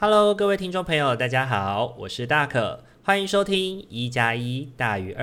Hello，各位听众朋友，大家好，我是大可，欢迎收听1+1大于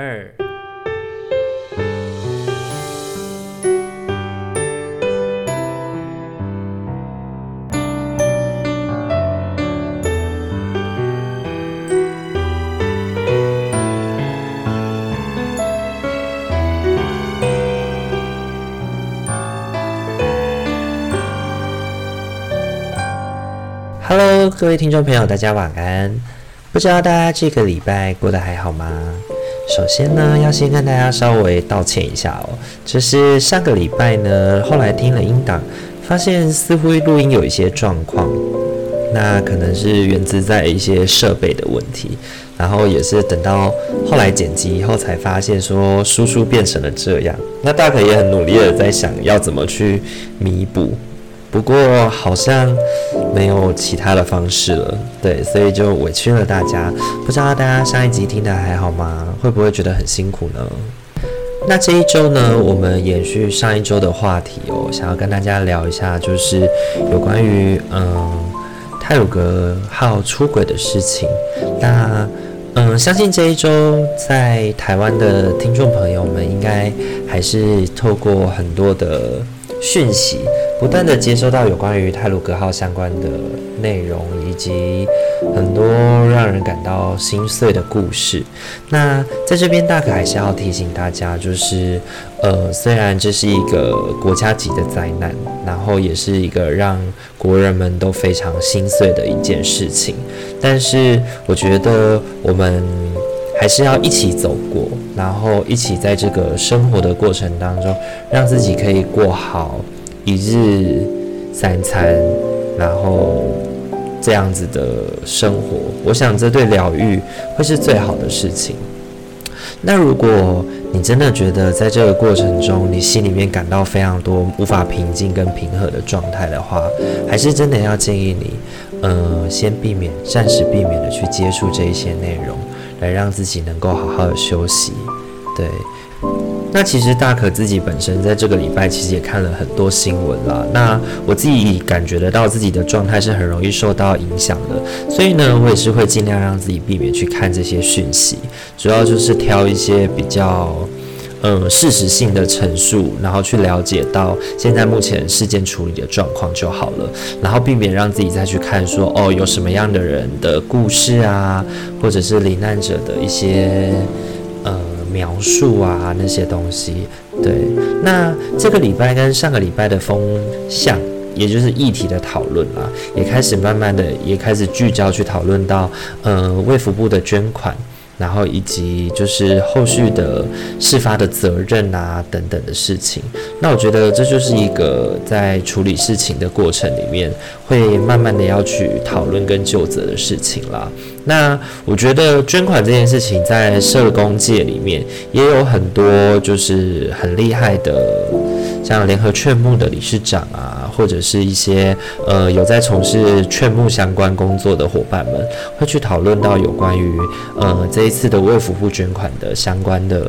2。Hello， 各位听众朋友，大家晚安。不知道大家这个礼拜过得还好吗？首先呢，要先跟大家稍微道歉一下哦，就是上个礼拜呢，后来听了音档，发现似乎录音有一些状况，那可能是源自在一些设备的问题，然后也是等到后来剪辑以后才发现说输出变成了这样。那大可也很努力的在想要怎么去弥补。不过好像没有其他的方式了，对，所以就委屈了大家。不知道大家上一集听的还好吗？会不会觉得很辛苦呢？那这一周呢，我们延续上一周的话题哦，想要跟大家聊一下，就是有关于太鲁阁号出轨的事情。那相信这一周在台湾的听众朋友们，应该还是透过很多的讯息，不断的接收到有关于太鲁阁号相关的内容，以及很多让人感到心碎的故事。那在这边大可还是要提醒大家，就是虽然这是一个国家级的灾难，然后也是一个让国人们都非常心碎的一件事情，但是我觉得我们还是要一起走过，然后一起在这个生活的过程当中，让自己可以过好一日三餐，然后这样子的生活，我想这对疗愈会是最好的事情。那如果你真的觉得在这个过程中，你心里面感到非常多无法平静跟平和的状态的话，还是真的要建议你，先暂时避免的去接触这一些内容，来让自己能够好好的休息。对，那其实大可自己本身在这个礼拜其实也看了很多新闻啦，那我自己感觉得到自己的状态是很容易受到影响的，所以呢，我也是会尽量让自己避免去看这些讯息，主要就是挑一些比较事实性的陈述，然后去了解到现在目前事件处理的状况就好了，然后避免让自己再去看说有什么样的人的故事啊，或者是罹难者的一些描述啊，那些东西。对，那这个礼拜跟上个礼拜的风向，也就是议题的讨论啦，也开始慢慢的也开始聚焦去讨论到卫福部的捐款，然后以及就是后续的事发的责任啊等等的事情。那我觉得这就是一个在处理事情的过程里面，会慢慢的要去讨论跟究责的事情啦。那我觉得捐款这件事情在社工界里面也有很多就是很厉害的，像联合劝募的理事长啊，或者是一些有在从事劝募相关工作的伙伴们，会去讨论到有关于这一次的卫福部捐款的相关的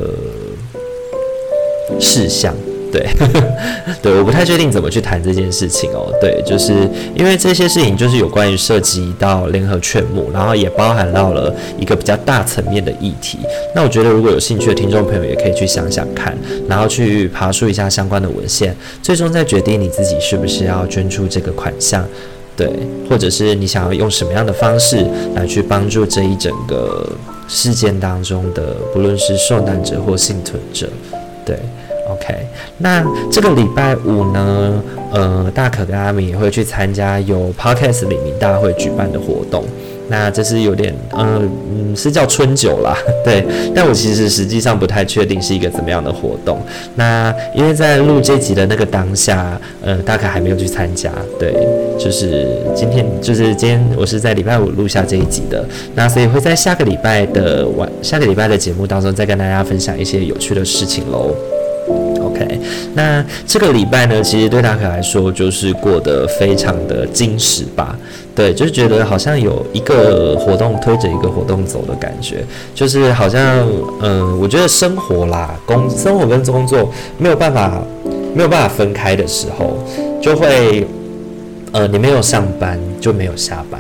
事项。对对，我不太确定怎么去谈这件事情哦。对，就是因为这些事情就是有关于涉及到联合劝募，然后也包含到了一个比较大层面的议题。那我觉得如果有兴趣的听众朋友也可以去想想看，然后去爬梳一下相关的文献，最终再决定你自己是不是要捐出这个款项。对，或者是你想要用什么样的方式来去帮助这一整个事件当中的不论是受难者或幸存者。对，OK， 那这个礼拜五呢，大可跟阿明也会去参加由 Podcast 李明大会举办的活动。那这是有点是叫春酒啦，对，但我其实实际上不太确定是一个怎么样的活动。那因为在录这集的那个当下，大可还没有去参加，对，就是今天我是在礼拜五录下这一集的，那所以会在下个礼拜的节目当中再跟大家分享一些有趣的事情咯。OK， 那这个礼拜呢，其实对大可来说就是过得非常的精实吧。对，就是觉得好像有一个活动推着一个活动走的感觉，就是好像我觉得生活跟工作没有办法分开的时候，就会你没有上班就没有下班，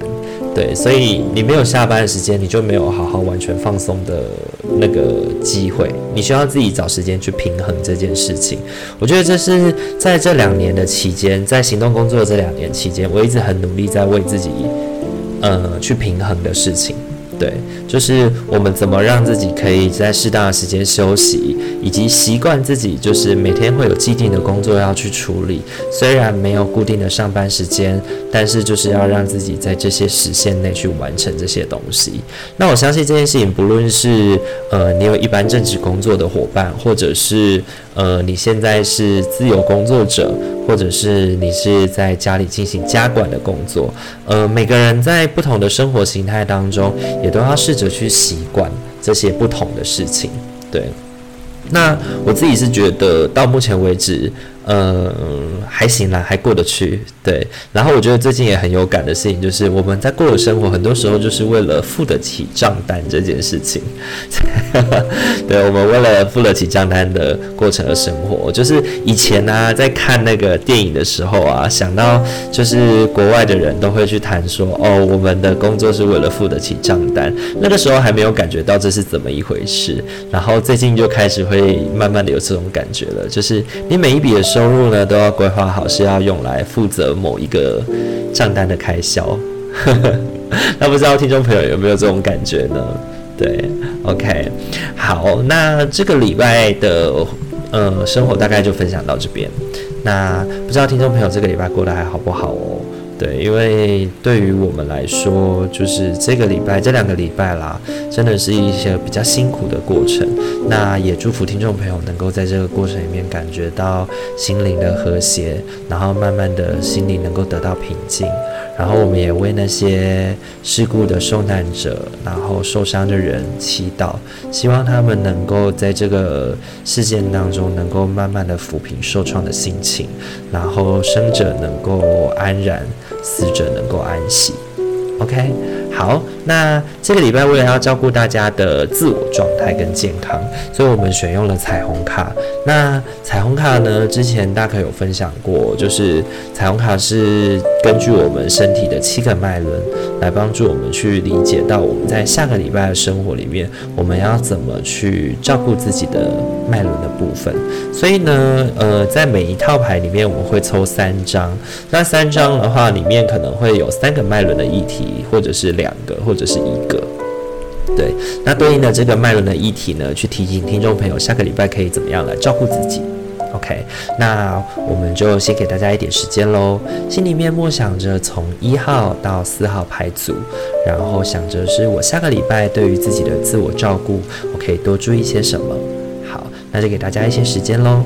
对，所以你没有下班的时间，你就没有好好完全放松的那个机会。你需要自己找时间去平衡这件事情。我觉得这是在这2年的期间，在行动工作的这2年期间，我一直很努力在为自己去平衡的事情。对，就是我们怎么让自己可以在适当的时间休息，以及习惯自己就是每天会有既定的工作要去处理，虽然没有固定的上班时间，但是就是要让自己在这些时限内去完成这些东西。那我相信这件事情，不论是你有一般正职工作的伙伴，或者是你现在是自由工作者，或者是你是在家里进行家管的工作，每个人在不同的生活形态当中，也都要试着去习惯这些不同的事情。对，那我自己是觉得到目前为止，还行啦，还过得去。对，然后我觉得最近也很有感的事情，就是我们在过的生活，很多时候就是为了付得起账单这件事情。对，我们为了付得起账单的过程而生活。就是以前啊，在看那个电影的时候啊，想到就是国外的人都会去谈说，哦，我们的工作是为了付得起账单。那个时候还没有感觉到这是怎么一回事，然后最近就开始会慢慢的有这种感觉了，就是你每一笔的收入呢，都要规划好是要用来负责某一个账单的开销。那不知道听众朋友有没有这种感觉呢？对 ，OK， 好，那这个礼拜的生活大概就分享到这边。那不知道听众朋友这个礼拜过得还好不好哦？对，因为对于我们来说，就是这个礼拜、这2个礼拜啦，真的是一些比较辛苦的过程。那也祝福听众朋友能够在这个过程里面感觉到心灵的和谐，然后慢慢的心灵能够得到平静。然后我们也为那些事故的受难者，然后受伤的人祈祷，希望他们能够在这个事件当中能够慢慢的抚平受创的心情，然后生者能够安然，死者能够安息。OK， 好，那这个礼拜为了要照顾大家的自我状态跟健康，所以我们选用了彩虹卡。那彩虹卡呢，之前大概有分享过，就是彩虹卡是根据我们身体的7个脉轮来帮助我们去理解到我们在下个礼拜的生活里面，我们要怎么去照顾自己的脉轮的部分。所以呢，在每一套牌里面我们会抽3张，那3张的话里面可能会有3个脉轮的议题，或者是2个，或者是1个。对，那对应的这个脉轮的议题呢，去提醒听众朋友下个礼拜可以怎么样来照顾自己。OK， 那我们就先给大家一点时间咯，心里面默想着从1号到4号牌组，然后想着是我下个礼拜对于自己的自我照顾，我可以多注意些什么。好，那就给大家一些时间咯。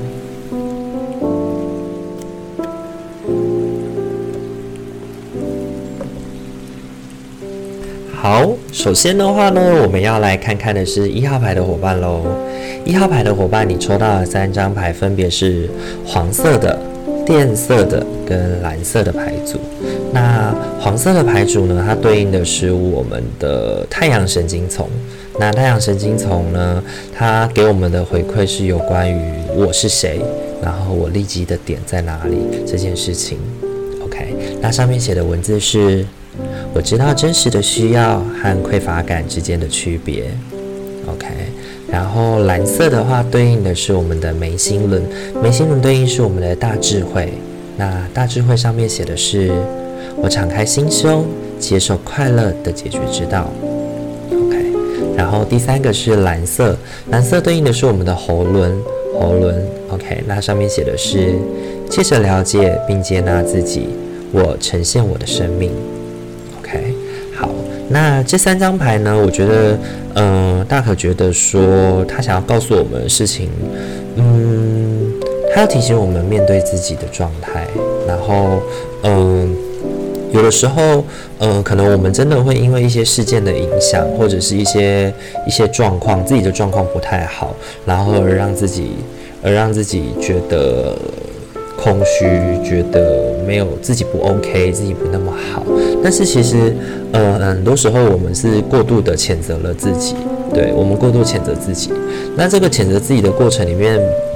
好，首先的话呢，我们要来看看的是1号牌的伙伴咯。1号牌的伙伴，你抽到的3张牌分别是黄色的、靛色的跟蓝色的牌组。那黄色的牌组呢，它对应的是我们的太阳神经丛。那太阳神经丛呢，它给我们的回馈是有关于我是谁，然后我立即的点在哪里这件事情。OK， 那上面写的文字是：我知道真实的需要和匮乏感之间的区别。OK， 然后蓝色的话对应的是我们的眉心轮，眉心轮对应是我们的大智慧。那大智慧上面写的是：我敞开心胸，接受快乐的解决之道。OK， 然后第3个是蓝色，蓝色对应的是我们的喉轮。OK， 那上面写的是：借着了解并接纳自己，我呈现我的生命。OK， 好，那这3张牌呢，我觉得，大可觉得说，他想要告诉我们的事情，他要提醒我们面对自己的状态，然后，有的时候，可能我们真的会因为一些事件的影响，或者是一些状况，自己的状况不太好，然后而让自己觉得空虚，觉得没有自己不 OK， 自己不那么好。但是其实，很多时候我们是过度的谴责了自己，对，我们过度谴责自己。那这个谴责自己的过程里面，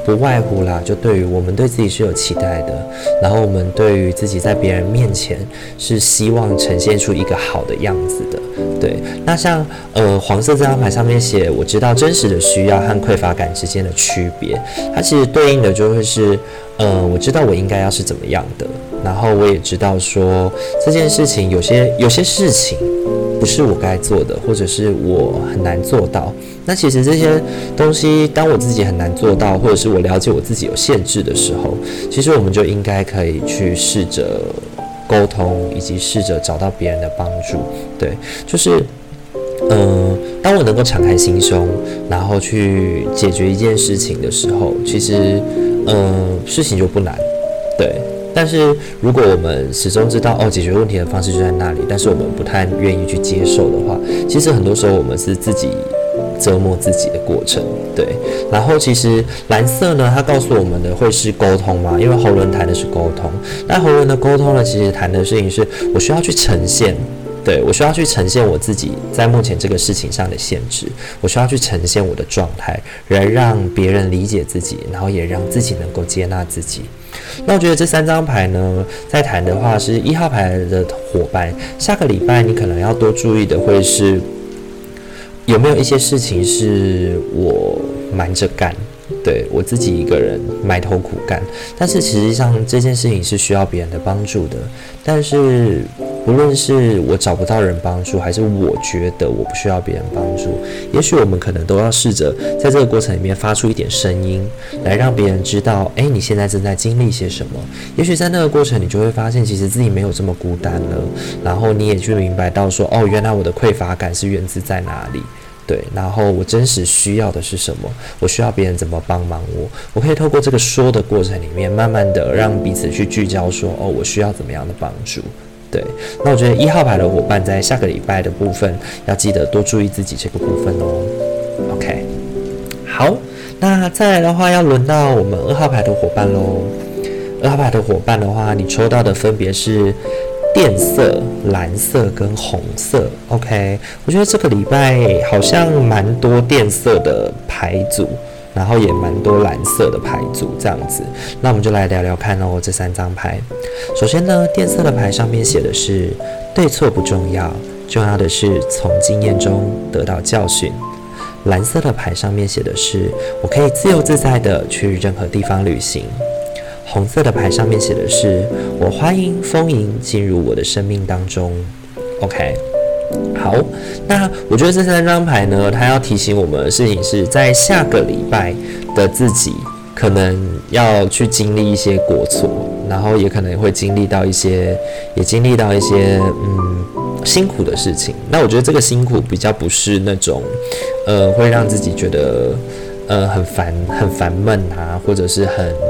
不外乎啦，就对于我们对自己是有期待的，然后我们对于自己在别人面前是希望呈现出一个好的样子的。对，那像黄色这张牌上面写，我知道真实的需要和匮乏感之间的区别，它其实对应的就会是，我知道我应该要是怎么样的，然后我也知道说这件事情有些事情不是我该做的，或者是我很难做到。那其实这些东西，当我自己很难做到，或者是我了解我自己有限制的时候，其实我们就应该可以去试着沟通，以及试着找到别人的帮助。对，就是当我能够敞开心胸，然后去解决一件事情的时候，其实事情就不难。对，但是如果我们始终知道解决问题的方式就在那里，但是我们不太愿意去接受的话，其实很多时候我们是自己折磨自己的过程。对，然后其实蓝色呢，它告诉我们的会是沟通嘛，因为喉轮谈的是沟通。那喉轮的沟通呢，其实谈的事情是我需要去呈现。对，我需要去呈现我自己在目前这个事情上的限制，我需要去呈现我的状态，来让别人理解自己，然后也让自己能够接纳自己。那我觉得这3张牌呢，在谈的话是1号牌的伙伴，下个礼拜你可能要多注意的会是有没有一些事情是我瞒着干，对，我自己一个人埋头苦干，但是实际上这件事情是需要别人的帮助的。但是不论是我找不到人帮助，还是我觉得我不需要别人帮助，也许我们可能都要试着在这个过程里面发出一点声音，来让别人知道，你现在正在经历些什么。也许在那个过程，你就会发现，其实自己没有这么孤单了。然后你也去明白到说，原来我的匮乏感是源自在哪里。对，然后我真实需要的是什么？我需要别人怎么帮忙我？我可以透过这个说的过程里面，慢慢的让彼此去聚焦说，我需要怎么样的帮助？对，那我觉得1号牌的伙伴在下个礼拜的部分，要记得多注意自己这个部分哦。OK， 好，那再来的话，要轮到我们2号牌的伙伴咯。2号牌的伙伴的话，你抽到的分别是靛色、蓝色跟红色。 OK， 我觉得这个礼拜好像蛮多靛色的牌组，然后也蛮多蓝色的牌组这样子。那我们就来聊聊看哦，这3张牌。首先呢，靛色的牌上面写的是对错不重要，重要的是从经验中得到教训。蓝色的牌上面写的是我可以自由自在的去任何地方旅行。红色的牌上面写的是我欢迎丰盈进入我的生命当中。 OK， 好，那我觉得这3张牌呢，它要提醒我们的事情是在下个礼拜的自己可能要去经历一些过错，然后也可能会经历到一些辛苦的事情。那我觉得这个辛苦比较不是那种会让自己觉得很烦闷啊，或者是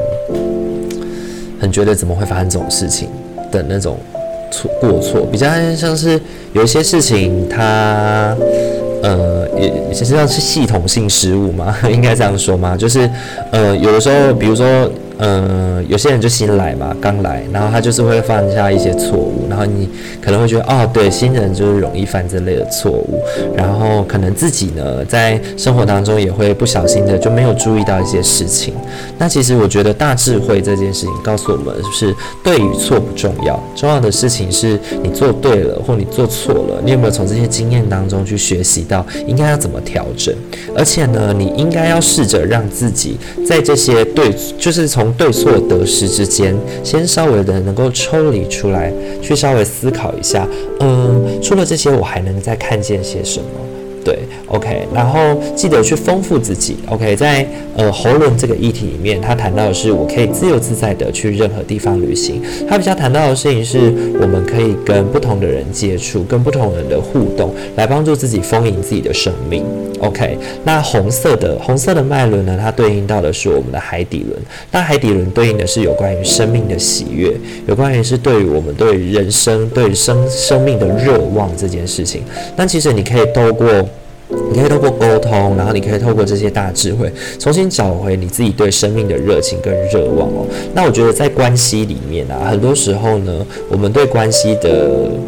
很觉得怎么会发生这种事情的那种过错，比较像是有一些事情它也像是系统性失误嘛，应该这样说嘛，就是有的时候比如说有些人就新来嘛，刚来，然后他就是会犯下一些错误，然后你可能会觉得对，新人就是容易犯这类的错误，然后可能自己呢在生活当中也会不小心的就没有注意到一些事情。那其实我觉得大智慧这件事情告诉我们，是对与错不重要，重要的事情是你做对了或你做错了，你有没有从这些经验当中去学习到应该要怎么调整，而且呢，你应该要试着让自己在这些就是从对错得失之间，先稍微的能够抽离出来，去稍微思考一下，除了这些，我还能再看见些什么？对 ，OK， 然后记得去丰富自己 ，OK， 在喉轮这个议题里面，他谈到的是我可以自由自在的去任何地方旅行。他比较谈到的事情是我们可以跟不同的人接触，跟不同人的互动，来帮助自己丰盈自己的生命。OK， 那红色的脉轮呢，它对应到的是我们的海底轮。那海底轮对应的是有关于生命的喜悦，有关于是对于我们对于人生、对于生命的热望这件事情。那其实你可以透过沟通，然后你可以透过这些大智慧，重新找回你自己对生命的热情跟热望哦。那我觉得在关系里面啊，很多时候呢，我们对关系的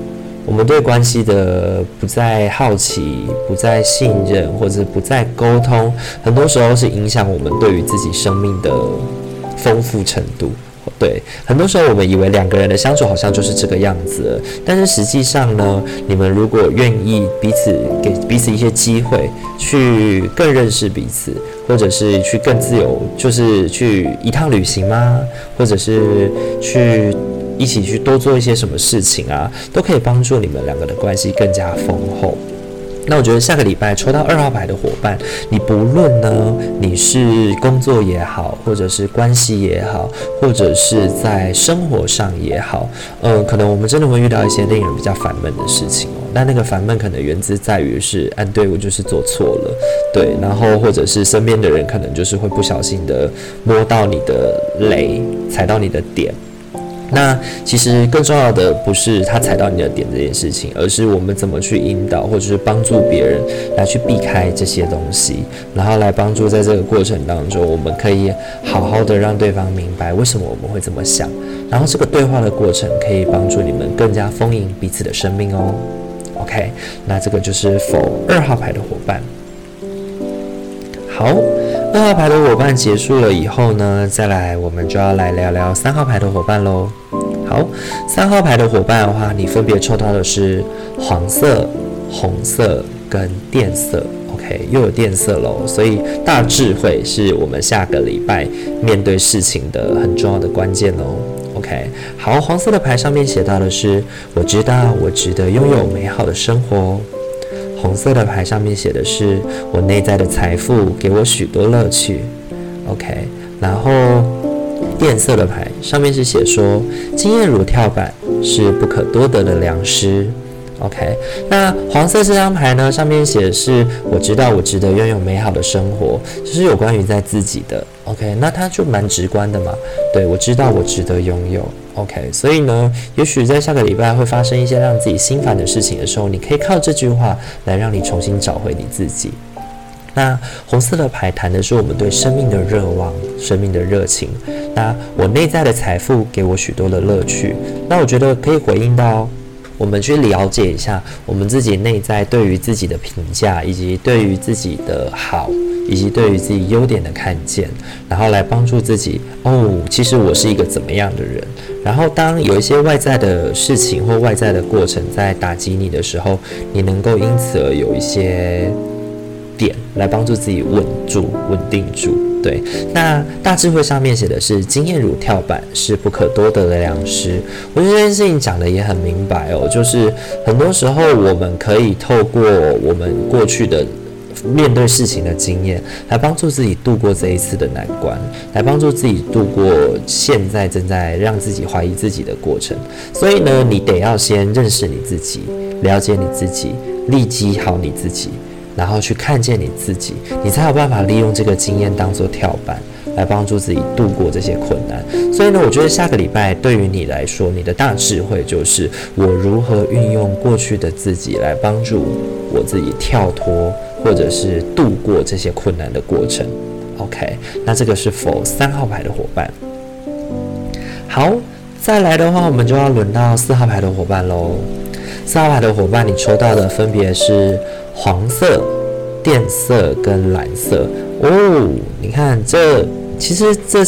我们对关系的不再好奇、不再信任，或者不再沟通，很多时候是影响我们对于自己生命的丰富程度。对，很多时候我们以为两个人的相处好像就是这个样子了，但是实际上呢，你们如果愿意给彼此一些机会，去更认识彼此，或者是去更自由，就是去一趟旅行吗？或者是去一起去多做一些什么事情啊，都可以帮助你们两个的关系更加丰厚。那我觉得下个礼拜抽到2号牌的伙伴，你不论呢你是工作也好，或者是关系也好，或者是在生活上也好，可能我们真的会遇到一些令人比较烦闷的事情哦。那个烦闷可能源自在于是，对，我就是做错了，对，然后或者是身边的人可能就是会不小心的摸到你的雷，踩到你的点。那其实更重要的不是他踩到你的点这件事情，而是我们怎么去引导或者是帮助别人来去避开这些东西，然后来帮助在这个过程当中，我们可以好好的让对方明白为什么我们会这么想，然后这个对话的过程可以帮助你们更加丰盈彼此的生命哦。OK， 那这个就是否2号牌的伙伴。好，2号牌的伙伴结束了以后呢，再来我们就要来聊聊3号牌的伙伴咯。好，3号牌的伙伴的话，你分别抽到的是黄色、红色跟靛色。OK， 又有靛色咯，所以大智慧是我们下个礼拜面对事情的很重要的关键咯。OK， 好，黄色的牌上面写到的是我知道我值得拥有美好的生活。红色的牌上面写的是我内在的财富给我许多乐趣。OK， 然后靛色的牌上面是写说经验如跳板是不可多得的良师。OK， 那黄色这张牌呢，上面写的是我知道我值得拥有美好的生活，就是有关于在自己的。OK， 那它就蛮直观的嘛，对，我知道我值得拥有。OK， 所以呢，也许在下个礼拜会发生一些让自己心烦的事情的时候，你可以靠这句话来让你重新找回你自己。那红色的牌谈的是我们对生命的热望、生命的热情。那我内在的财富给我许多的乐趣。那我觉得可以回应到我们去了解一下我们自己内在对于自己的评价，以及对于自己的好，以及对于自己优点的看见，然后来帮助自己其实我是一个怎么样的人。然后当有一些外在的事情或外在的过程在打击你的时候，你能够因此而有一些点来帮助自己稳定住。对，那大智慧上面写的是经验如跳板是不可多得的良师。我觉得这件事情讲的也很明白哦，就是很多时候我们可以透过我们过去的面对事情的经验来帮助自己度过这一次的难关，来帮助自己度过现在正在让自己怀疑自己的过程。所以呢，你得要先认识你自己，了解你自己，利基好你自己，然后去看见你自己，你才有办法利用这个经验当作跳板来帮助自己度过这些困难。所以呢，我觉得下个礼拜对于你来说，你的大智慧就是我如何运用过去的自己来帮助我自己跳脱或者是度过这些困难的过程。OK， 那这个是否3号牌的伙伴。好，再来的话，我们就要轮到4号牌的伙伴咯。4号牌的伙伴，你抽到的分别是黄色、靛色跟蓝色哦。你看其实这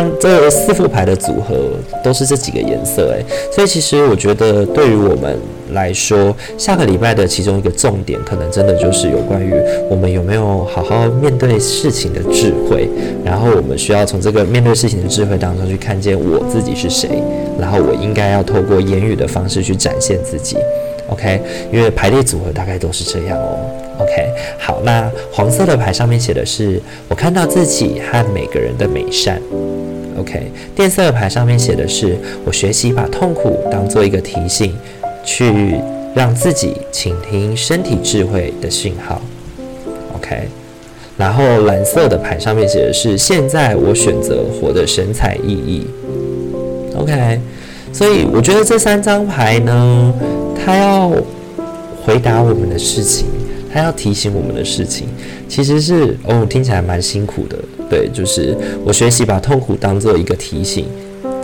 4副牌的组合都是这几个颜色所以其实我觉得对于我们来说，下个礼拜的其中一个重点，可能真的就是有关于我们有没有好好面对事情的智慧，然后我们需要从这个面对事情的智慧当中去看见我自己是谁，然后我应该要透过言语的方式去展现自己。OK， 因为排列组合大概都是这样哦。OK， 好，那黄色的牌上面写的是我看到自己和每个人的美善。OK， 靛色的牌上面写的是我学习把痛苦当做一个提醒，去让自己倾听身体智慧的讯号。OK， 然后蓝色的牌上面写的是现在我选择活得神采奕奕。OK， 所以我觉得这3张牌呢，它要回答我们的事情，它要提醒我们的事情，其实是听起来蛮辛苦的。对，就是我学习把痛苦当做一个提醒，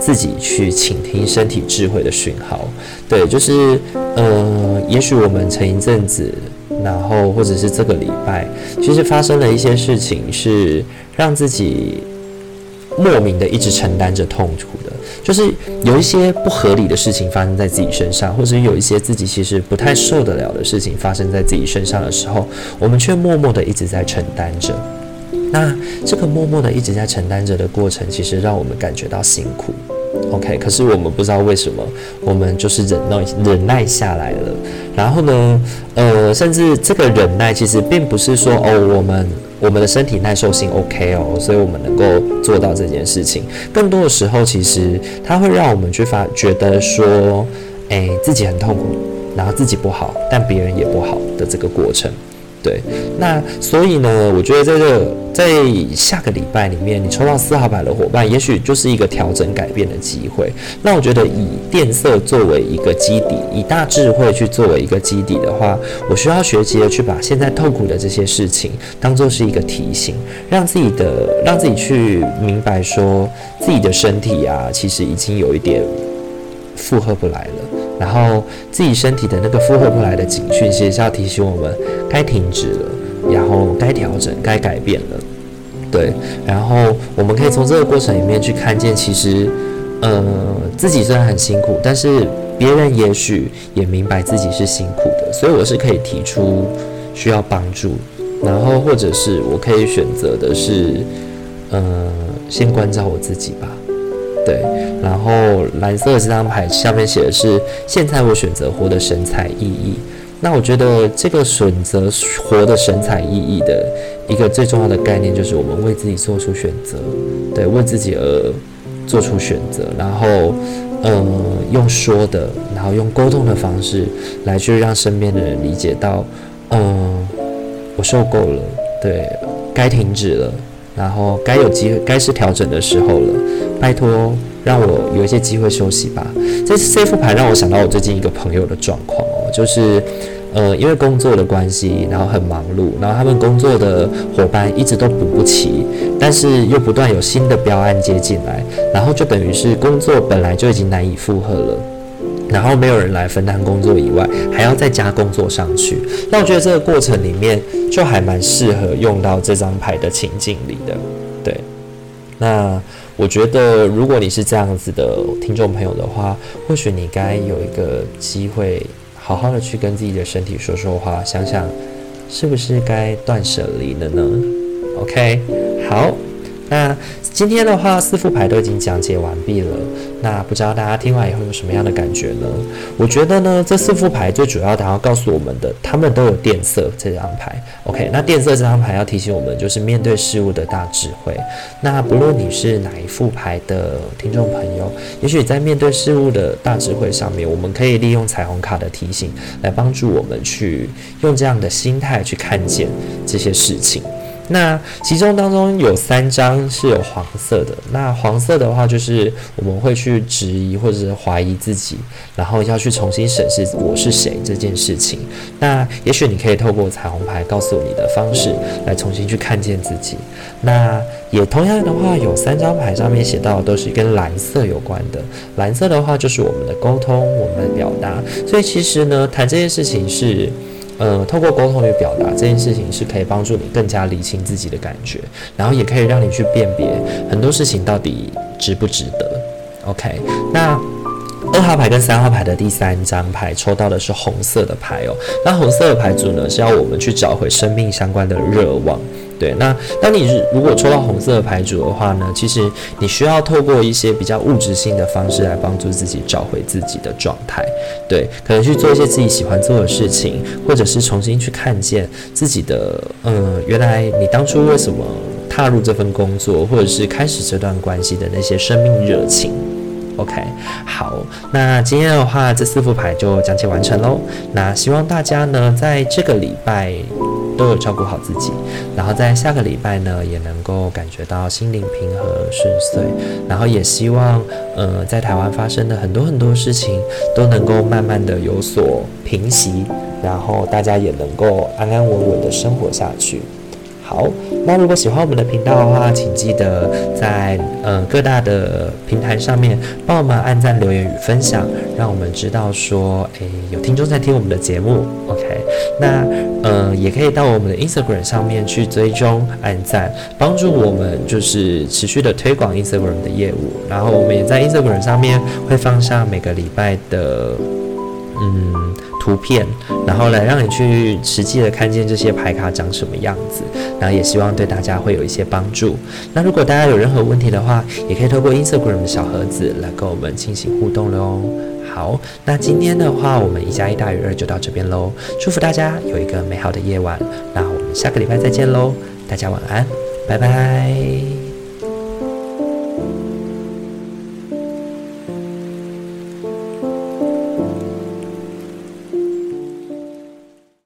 自己去倾听身体智慧的讯号。对，就是也许我们前一阵子，然后或者是这个礼拜，其实发生了一些事情，是让自己莫名的一直承担着痛苦的，就是有一些不合理的事情发生在自己身上，或者有一些自己其实不太受得了的事情发生在自己身上的时候，我们却默默的一直在承担着。那这个默默的一直在承担着的过程，其实让我们感觉到辛苦。OK， 可是我们不知道为什么，我们就是忍耐下来了。然后呢，甚至这个忍耐其实并不是说我们的身体耐受性 OK 所以我们能够做到这件事情。更多的时候，其实它会让我们去觉得说，自己很痛苦，然后自己不好，但别人也不好的这个过程。对，那所以呢，我觉得在下个礼拜里面，你抽到4号牌的伙伴，也许就是一个调整改变的机会。那我觉得以靛色作为一个基底，以大智慧去作为一个基底的话，我需要学习的去把现在痛苦的这些事情当作是一个提醒，让自己去明白说自己的身体啊，其实已经有一点负荷不来了。然后自己身体的那个负荷不来的警讯，其实是要提醒我们该停止了，然后该调整、该改变了。对，然后我们可以从这个过程里面去看见，其实，自己虽然很辛苦，但是别人也许也明白自己是辛苦的，所以我是可以提出需要帮助，然后或者是我可以选择的是，先关照我自己吧。对，然后蓝色的这张牌下面写的是现在我选择活的神采奕奕。那我觉得这个选择活的神采奕奕的一个最重要的概念，就是我们为自己做出选择，对，为自己而做出选择，然后用说的，然后用沟通的方式来去让身边的人理解到，我受够了，对，该停止了。然后该有机会，该是调整的时候了。拜托，让我有一些机会休息吧。这副牌让我想到我最近一个朋友的状况就是因为工作的关系，然后很忙碌，然后他们工作的伙伴一直都补不齐，但是又不断有新的标案接进来，然后就等于是工作本来就已经难以负荷了。然后没有人来分担工作以外，还要再加工作上去。那我觉得这个过程里面就还蛮适合用到这张牌的情境里的。对，那我觉得如果你是这样子的听众朋友的话，或许你该有一个机会，好好的去跟自己的身体说说话，想想是不是该断舍离了呢 ？OK， 好。那今天的话，4副牌都已经讲解完毕了。那不知道大家听完以后有什么样的感觉呢？我觉得呢，这4副牌最主要的要告诉我们的，他们都有靛色这张牌。OK， 那靛色这张牌要提醒我们，就是面对事物的大智慧。那不论你是哪一副牌的听众朋友，也许在面对事物的大智慧上面，我们可以利用彩虹卡的提醒，来帮助我们去用这样的心态去看见这些事情。那其中当中有3张是有黄色的，那黄色的话就是我们会去质疑或者是怀疑自己，然后要去重新审视我是谁这件事情。那也许你可以透过彩虹牌告诉你的方式来重新去看见自己。那也同样的话，有3张牌上面写到的都是跟蓝色有关的。蓝色的话就是我们的沟通，我们的表达。所以其实呢，谈这件事情是透过沟通与表达这件事情是可以帮助你更加理清自己的感觉，然后也可以让你去辨别很多事情到底值不值得。OK， 那2号牌跟3号牌的第3张牌抽到的是红色的牌那红色的牌组呢是要我们去找回生命相关的热望。对，那当你如果抽到红色的牌组的话呢，其实你需要透过一些比较物质性的方式来帮助自己找回自己的状态。对，可能去做一些自己喜欢做的事情，或者是重新去看见自己的原来你当初为什么踏入这份工作，或者是开始这段关系的那些生命热情。OK， 好，那今天的话，这4副牌就讲解完成喽。那希望大家呢，在这个礼拜都有照顾好自己，然后在下个礼拜呢，也能够感觉到心灵平和顺遂，然后也希望在台湾发生的很多事情都能够慢慢的有所平息，然后大家也能够安安稳稳的生活下去。 好，那如果喜欢我们的频道的话，请记得在各大的平台上面帮我们按赞、留言与分享，让我们知道说，有听众在听我们的节目。OK， 那也可以到我们的 Instagram 上面去追踪、按赞，帮助我们就是持续的推广 Instagram 的业务。然后我们也在 Instagram 上面会放上每个礼拜的图片，然后来让你去实际的看见这些牌卡长什么样子，然后也希望对大家会有一些帮助。那如果大家有任何问题的话，也可以透过 Instagram 的小盒子来跟我们进行互动了哦。好，那今天的话，我们1+1大于2就到这边喽。祝福大家有一个美好的夜晚，那我们下个礼拜再见喽，大家晚安，拜拜。